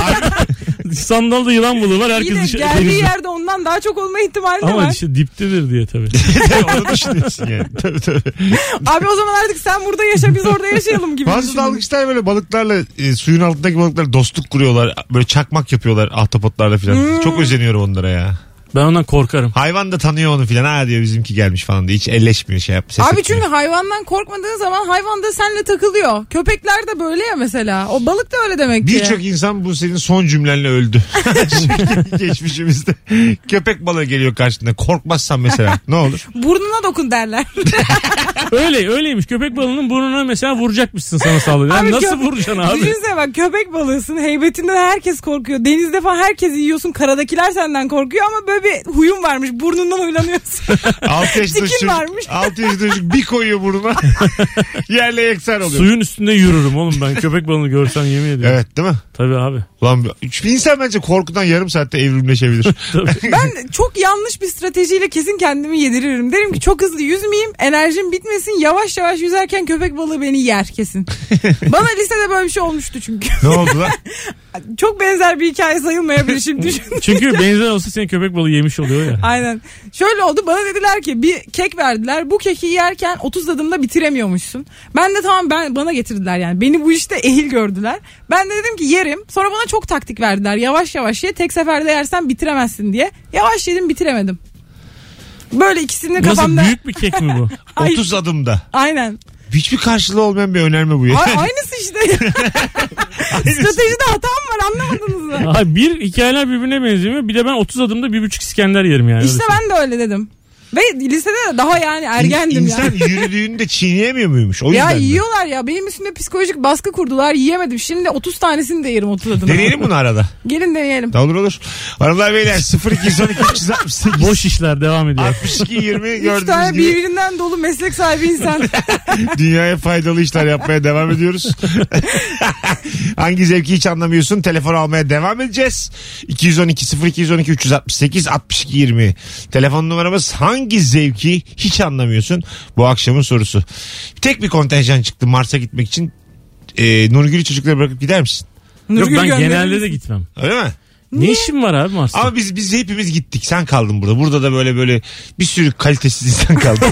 Sandalda yılan balığı var, herkes Yine dışarı. geldiği yerde ondan daha çok olma ihtimali de var. Ama işte diptedir diye tabii. Onu düşünüyorsun yani. Tabii. Abi o zaman artık sen burada yaşa, biz orada yaşayalım gibi. Bazı dalgıçlar böyle balıklarla suyun altındaki balıklarla dostluk kuruyorlar. Böyle çakmak yapıyorlar ahtapotlarla falan. Çok özeniyorum onlara ya. Ben ondan korkarım. Hayvan da tanıyor onu filan. Ha diyor bizimki gelmiş falan diye. Hiç elleşmiyor, şey yap. Abi etmiyor. Çünkü hayvandan korkmadığın zaman hayvan da seninle takılıyor. Köpekler de böyle ya mesela. O balık da öyle demek ki. Birçok insan bu senin son cümlenle öldü. Geçmişimizde. Köpek balığı geliyor karşında. Korkmazsan mesela ne olur? Burnuna dokun derler. Öyleymiş. Köpek balığının burnuna mesela vuracakmışsın sana sağlıyor. Yani nasıl vuracaksın abi? Düşünsene bak, köpek balığısın. Heybetinden herkes korkuyor. Denizde falan herkes yiyorsun. Karadakiler senden korkuyor ama böyle öyle bir huyum varmış. Burnundan huylanıyorsun. 6 yaşında Tikin çocuk, varmış. 6 yaşında çocuk bir koyuyor burnuna. Yerle yeksan oluyor. Suyun üstünde yürürüm oğlum ben. Köpek balığını görsem yemin ediyorum. Evet değil mi? Tabii abi. Ulan bir insan bence korkudan yarım saatte evrimleşebilir. Ben çok yanlış bir stratejiyle kesin kendimi yediririm. Derim ki çok hızlı yüzmeyeyim, enerjim bitmesin. Yavaş yavaş yüzerken köpek balığı beni yer kesin. Bana lisede böyle bir şey olmuştu çünkü. Ne oldu lan? Çok benzer bir hikaye sayılmayabilir şimdi düşün. Çünkü benzer olsa senin köpek balığı yemiş oluyor ya. Aynen. Şöyle oldu, bana dediler ki bir kek verdiler. Bu keki yerken 30 adımda bitiremiyormuşsun. Ben de tamam, bana getirdiler yani. Beni bu işte ehil gördüler. Ben de dedim ki yerim. Sonra bana çok taktik verdiler. Yavaş yavaş ye, tek seferde yersen bitiremezsin diye. Yavaş yedim, bitiremedim. Böyle ikisini kafamda. Nasıl, büyük bir kek mi bu? 30 adımda. Aynen. Hiçbir karşılığı olmayan bir önerme bu ya. Aynısı işte. Stratejide hatam var, anlamadınız mı? Abi bir hikayeler birbirine benziyor. Bir de ben 30 adımda 1,5 İskender yerim yani. İşte ben de öyle dedim. Ve lisede de daha yani ergendim İnsan yani. yürüdüğünde çiğneyemiyor muymuş? O ya yüzden yiyorlar ya. Benim üstümde psikolojik baskı kurdular. Yiyemedim. Şimdi 30 tanesini de yerim 30 adımda. Deneyelim bunu arada. Gelin deneyelim. Olur. Hanımlar beyler 0212 368 boş işler devam ediyor. 62 20 3 gördüğünüz tane gibi. birbirinden dolu meslek sahibi insan. Dünyaya faydalı işler yapmaya devam ediyoruz. Hangi zevki hiç anlamıyorsun? Telefon almaya devam edeceğiz. 212 0212 368 62 20. Telefon numaramız. Hangi zevki hiç anlamıyorsun? Bu akşamın sorusu. Tek bir kontenjan çıktı Mars'a gitmek için. Nurgül'ü çocukları bırakıp gider misin? Yok, ben genelde de gitmem. Öyle mi? Ne işin var abi Mars'ta? Ama biz hepimiz gittik. Sen kaldın burada. Burada da böyle bir sürü kalitesiz insan kaldı.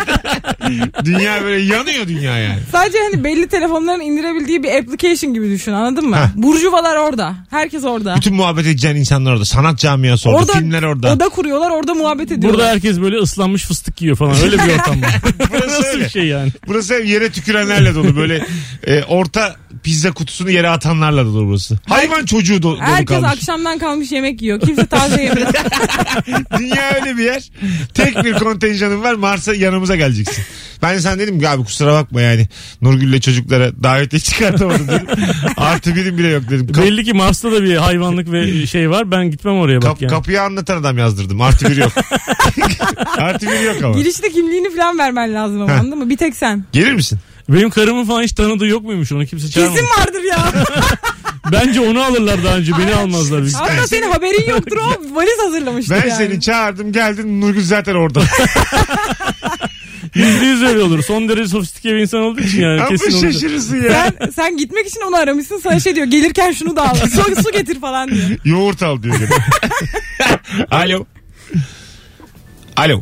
Dünya böyle yanıyor dünya yani. Sadece hani belli telefonların indirebildiği bir application gibi düşün, anladın mı? Heh. Burjuvalar orada. Herkes orada. Bütün muhabbet edeceğin insanlar orada. Sanat camiası orada. Filmler orada. Oda kuruyorlar, orada muhabbet ediyorlar. Burada herkes böyle ıslanmış fıstık yiyor falan. Öyle bir ortam var. Burası Nasıl öyle. bir şey yani? Burası hep yere tükürenlerle dolu. Böyle orta pizza kutusunu yere atanlarla dolu burası. Hayvan çocuğu dolu Herkes kalmış. akşamdan kalmış yemek yiyor. Kimse taze yemiyor. Dünya öyle bir yer. Tek bir kontenjanın var. Mars'a yanımıza geleceksin. Ben de sen dedim ki abi kusura bakma yani. Nurgül'le çocuklara davetiye çıkartamadım dedim. Artı birim bile yok dedim. Belli ki Mars'ta da bir hayvanlık ve şey var. Ben gitmem oraya bak yani. Kapıya anlatan adam yazdırdım. Artı bir yok. Artı bir yok ama. Girişte kimliğini falan vermen lazım ama, anladın mı? Bir tek sen. Gelir misin? Benim karımın falan hiç tanıdığı yok muymuş, onu kimse çağırmamış. Kesin vardır ya. Bence onu alırlar daha önce, beni almazlar. Hatta senin haberin yoktur, o valiz hazırlamıştır Ben yani. seni çağırdım geldin, Nurgül zaten orada. %100 öyle olur. Son derece sofistike bir insan olduğu için yani. Ama Kesin olur. şaşırırsın ya. Sen gitmek için onu aramışsın, sana şey diyor, gelirken şunu da al, su getir falan diyor. Yoğurt al diyor. Alo. Alo.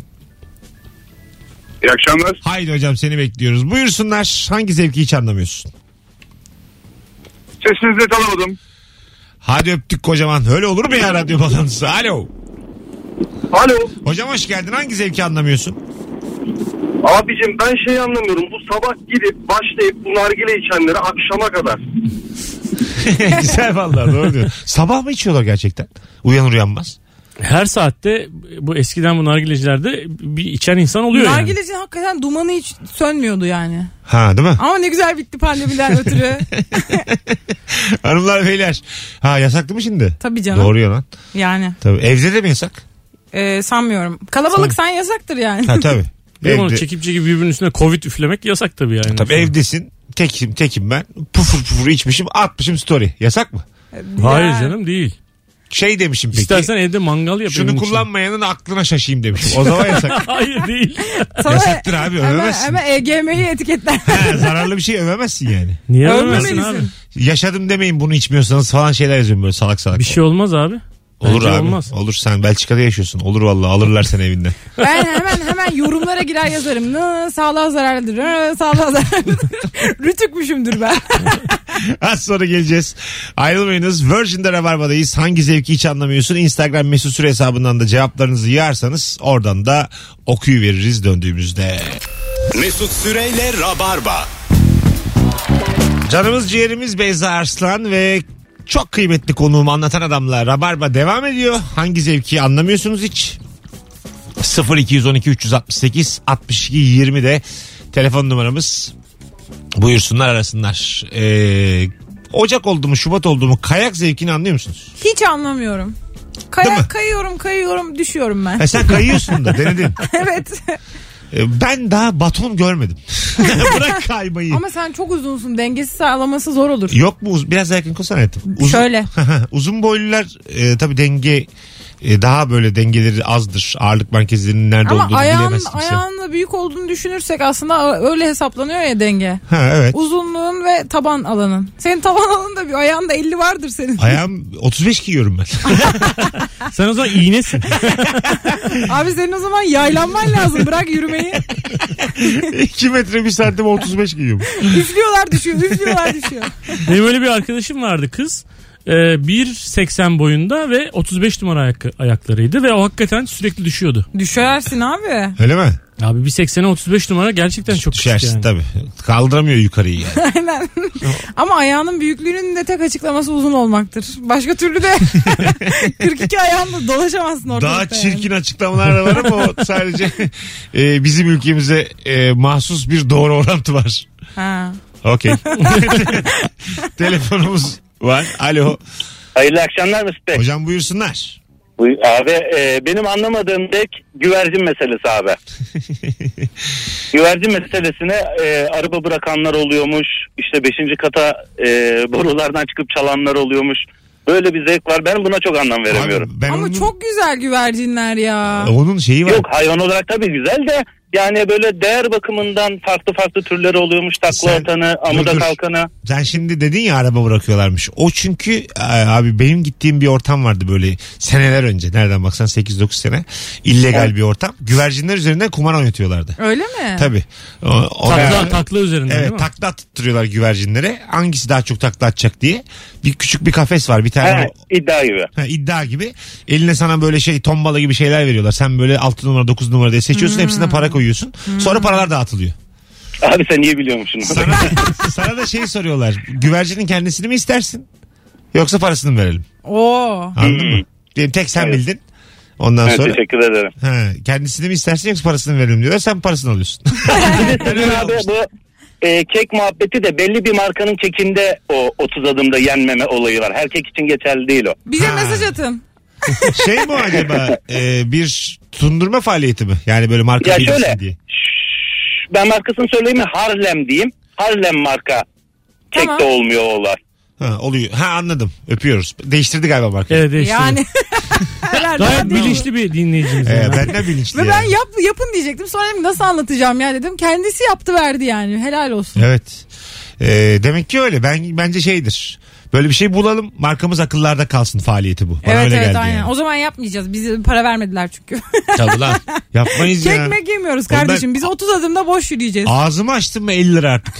İyi akşamlar. Haydi hocam seni bekliyoruz. Buyursunlar. Hangi zevki hiç anlamıyorsun? Sesinizi tanımadım. Hadi öptük kocaman. Öyle olur mu ya radyo bağlantısı? Alo. Alo. Hocam hoş geldin. Hangi zevki anlamıyorsun? Abicim ben şeyi anlamıyorum. Bu sabah gidip başlayıp bu nargile içenlere akşama kadar. Güzel vallahi, doğru diyor. Sabah mı içiyorlar gerçekten? Uyanır uyanmaz. Her saatte bu eskiden bu nargilecilerde bir içen insan oluyor yani. Nargilecinin hakikaten dumanı hiç sönmüyordu yani. Ha değil mi? Ama ne güzel bitti pandemiden ötürü. Hanımlar beyler. Ha yasaklı mı şimdi? Tabii canım. Doğru ya lan. Yani. Tabii. Evde de mi yasak? Sanmıyorum. Kalabalıksan yasaktır yani. Ha tabii. Onu çekip birbirinin üstüne Covid üflemek yasak tabii yani. Tabii evdesin. Tekim ben. Pufur içmişim, atmışım story. Yasak mı? Hayır canım, değil. Şey demişim peki. İstersen evde mangal yap. Şunu kullanmayanın aklına şaşayım demişim. O zaman yasak. Hayır değil. Yasaktır abi, övemezsin. Hemen EGM'yi etiketler. Zararlı bir şey övemezsin yani. Niye övemezsin abi? Yaşadım demeyin bunu içmiyorsanız falan şeyler yazıyorum böyle salak salak. Bir şey olmaz abi. Olur bence abi. Olmaz. Olur, sen Belçika'da yaşıyorsun. Olur vallahi, alırlar seni evinden. Ben hemen yorumlara girer yazarım. Sağlığa zararlıdır. Sağlığa zararlıdır. Rütükmüşümdür ben. Az sonra geleceğiz. Ayrılmayınız. Virgin'de Rabarba'dayız. Hangi zevki hiç anlamıyorsun? Instagram Mesut Süre hesabından da cevaplarınızı yığarsanız oradan da okuyuveririz döndüğümüzde. Mesut Süreyle Rabarba. Canımız ciğerimiz Beyza Arslan ve çok kıymetli konuğum Anlatan Adam'la Rabarba devam ediyor. Hangi zevki anlamıyorsunuz hiç? 0212 368 62 20 de telefon numaramız. Buyursunlar, arasınlar. Ocak oldu mu Şubat oldu mu kayak zevkini anlıyor musunuz? Hiç anlamıyorum. Kayıyorum düşüyorum ben. Sen kayıyorsun da denedin. Evet. Ben daha baton görmedim. Bırak kaymayı. Ama sen çok uzunsun. Dengesi sağlaması zor olur. Yok mu? Biraz daha yakın koysana hayatım. Şöyle. Uzun boylular tabii denge daha böyle dengeleri azdır. Ağırlık merkezlerinin nerede olduğunu bilemez kimse. Ama ayağın da büyük olduğunu düşünürsek aslında öyle hesaplanıyor ya denge. Ha, evet. Uzunluğun ve taban alanın. Senin taban alanında bir ayağında 50 vardır senin. Ayağım 35 giyiyorum ben. Sen o zaman iğnesin. Abi senin o zaman yaylanman lazım. Bırak yürümeyi. 2 metre 1 santim 35 giyiyorum. Üflüyorlar düşüyor. Benim öyle bir arkadaşım vardı, kız. 1.80 boyunda ve 35 numara ayaklarıydı ve o hakikaten sürekli düşüyordu. Düşersin abi. Öyle mi? Abi 1.80'e 35 numara gerçekten çok küçük düşersin yani. Tabii. Kaldıramıyor yukarıyı yani. Aynen. Ama ayağının büyüklüğünün de tek açıklaması uzun olmaktır. Başka türlü de 42 ayağınla dolaşamazsın ortalıkta. Daha çirkin açıklamalar da var ama o sadece bizim ülkemize mahsus bir doğru orantı var. Ha. Okey. Telefonumuz var. Alo. Hayırlı akşamlar Mesut Bey. Hocam buyursunlar. Abi benim anlamadığım tek güvercin meselesi abi. Güvercin meselesine araba bırakanlar oluyormuş. İşte 5. kata borulardan çıkıp çalanlar oluyormuş. Böyle bir zevk var. Ben buna çok anlam veremiyorum. Ama onun... çok güzel güvercinler ya. Onun şeyi var. Yok, hayvan olarak tabii güzel de yani böyle değer bakımından farklı türleri oluyormuş. Takla atanı, amuda kalkanı. Sen şimdi dedin ya araba bırakıyorlarmış. O çünkü abi benim gittiğim bir ortam vardı böyle seneler önce. Nereden baksan 8-9 sene. İllegal bir ortam. Güvercinler üzerinden kumar oynatıyorlardı. Öyle mi? Tabii. Takla üzerinden evet, takla attırıyorlar güvercinlere. Hangisi daha çok takla atacak diye. Küçük bir kafes var bir tane. İddia gibi. İddia gibi. Eline sana böyle tombala gibi şeyler veriyorlar. Sen böyle 6 numara 9 numara diye seçiyorsun. Hepsine para koyuyorsun. Sonra paralar dağıtılıyor. Abi sen niye biliyormuşsun? Sana da soruyorlar. Güvercinin kendisini mi istersin? Yoksa parasını mı verelim? Oo. Anladın mı? Diyelim tek sen bildin. Ondan sonra. Teşekkür ederim. Kendisini mi istersin yoksa parasını verelim diyorlar. Sen parasını alıyorsun. Abi bu kek muhabbeti de belli bir markanın kekinde o 30 adımda yenmeme olayı var. Her kek için geçerli değil o. Bize mesaj atın. Mi acaba bir sundurma faaliyeti mi? Yani böyle marka bilirsin diye. Ben markasını söyleyeyim mi? Harlem diyeyim. Harlem marka kekte olmuyor o olay. Oluyor. Anladım. Öpüyoruz. Değiştirdi galiba markayı. Evet değiştirdi. Yani. Gayet bilinçli bir dinleyicimiz. Benden bilinçli. Ve ben yapın diyecektim. Sonra dedim nasıl anlatacağım ya dedim. Kendisi yaptı verdi yani. Helal olsun. Evet. Demek ki öyle. Bence şeydir. Böyle bir şey bulalım. Markamız akıllarda kalsın faaliyeti bu. Bana öyle geldi aynen. Yani. O zaman yapmayacağız. Bize para vermediler çünkü. Tabii lan. Yapmayız ya. Kekmek yemiyoruz kardeşim. Biz 30 adımda boş yürüyeceğiz. Ağzımı açtım mı 50 lira artık.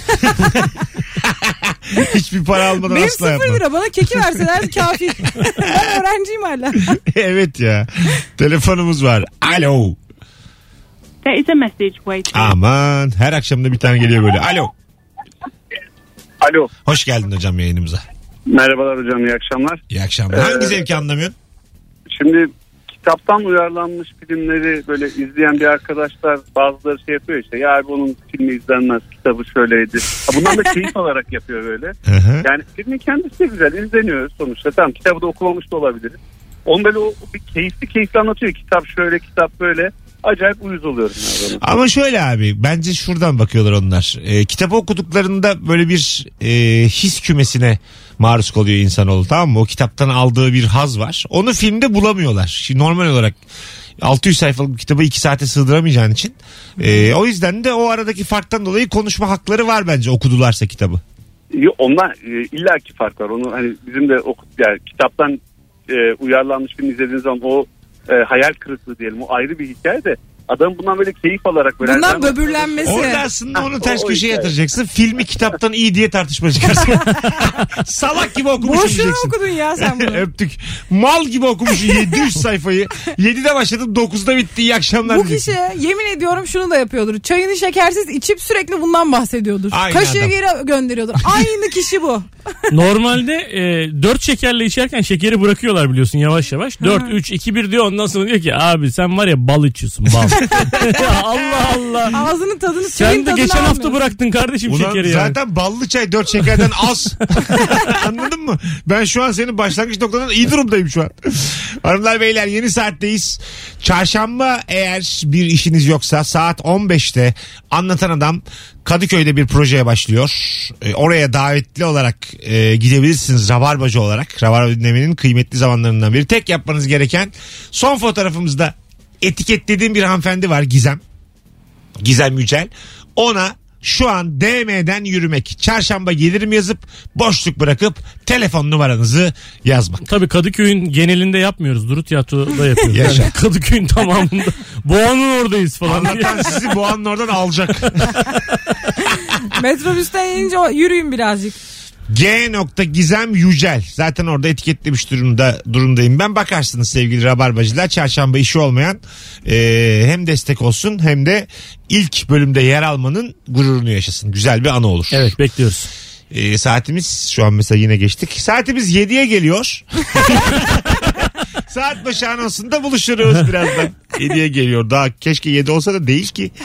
Hiçbir para almadan benim asla yapmam. Benim 0 lira. Bana keki verseler kafi. Ben öğrenciyim hala. Evet ya. Telefonumuz var. Alo. There is a message waiting. Aman her akşam da bir tane geliyor böyle. Alo. Alo. Hoş geldin hocam yayınımıza. Merhabalar hocam, iyi akşamlar. İyi akşamlar. Hangi zevki anlamıyorsun? Şimdi kitaptan uyarlanmış filmleri böyle izleyen bir arkadaşlar bazıları yapıyor işte. Ya abi onun filmi izlenmez, kitabı şöyleydi. Bundan da keyif alarak yapıyor böyle. Yani filmin kendisi de güzel, izleniyor sonuçta. Tamam, kitabı da okumamış da olabiliriz. Onu böyle bir keyifli anlatıyor. Kitap şöyle, kitap böyle. Acayip uyuz oluyorum. Yani. Ama şöyle abi, bence şuradan bakıyorlar onlar. Kitabı okuduklarında böyle bir his kümesine maruz kalıyor insanoğlu, tamam mı? O kitaptan aldığı bir haz var. Onu filmde bulamıyorlar. Şimdi normal olarak 600 sayfalık bir kitabı 2 saate sığdıramayacağın için. O yüzden de o aradaki farktan dolayı konuşma hakları var bence okudularsa kitabı. Onlar illaki fark var. Onu hani bizim de yani kitaptan uyarlanmış film izlediğiniz zaman o hayal kırıklığı diyelim. O ayrı bir hikaye de adam bundan böyle keyif alarak böyle. Bundan böbürlenmesi. Orada aslında onu ters köşeye yatıracaksın. Filmi kitaptan iyi diye tartışma çıkarsın. Salak gibi okumuşsun diyeceksin. Boşuna okudun ya sen bunu. Öptük. Mal gibi okumuşsun 700 sayfayı. 7'de başladım 9'da bitti. İyi akşamlar. Bu kişi yemin ediyorum şunu da yapıyordur. Çayını şekersiz içip sürekli bundan bahsediyordur. Aynı Kaşığı adam. geri gönderiyordur. Aynı kişi bu. Normalde 4 şekerle içerken şekeri bırakıyorlar biliyorsun yavaş yavaş. 4, 3, 2, 1 diyor, ondan sonra diyor ki abi sen var ya bal içiyorsun bal. Allah Allah. Ağzının tadını çayın Sen de tadını geçen hafta almıyorsun. bıraktın kardeşim Ulan şekeri yani. zaten ballı çay 4 şekerden az. Anladın mı? Ben şu an senin başlangıç noktadan iyi durumdayım şu an. Hanımlar beyler yeni saatteyiz. Çarşamba eğer bir işiniz yoksa saat 15'te Anlatan Adam Kadıköy'de bir projeye başlıyor. Oraya davetli olarak gidebilirsiniz Rabarbacı olarak. Rabarba dinlemenin kıymetli zamanlarından biri. Tek yapmanız gereken son fotoğrafımızda etiketlediğim bir hanımefendi var Gizem. Gizem Yücel. Ona şu an DM'den yürümek. Çarşamba gelirim yazıp boşluk bırakıp telefon numaranızı yazmak. Tabii Kadıköy'ün genelinde yapmıyoruz. Duru Tiyatro'da yapıyoruz. Yaşa. Yani Kadıköy'ün tamamında. Boğa'nın oradayız falan. Anlatan sizi Boğa'nın oradan alacak. Metrobüsten inince yürüyün birazcık. G.Gizem Yücel. Zaten orada etiketlemiş durumdayım. Ben bakarsınız sevgili Rabarbacılar. Çarşamba işi olmayan hem destek olsun hem de ilk bölümde yer almanın gururunu yaşasın. Güzel bir anı olur. Evet bekliyoruz. Saatimiz şu an mesela yine geçtik. Saatimiz 7'ye geliyor. Saat başı anonsunda buluşuruz birazdan. 7'ye geliyor. Daha keşke 7 olsa da değil ki.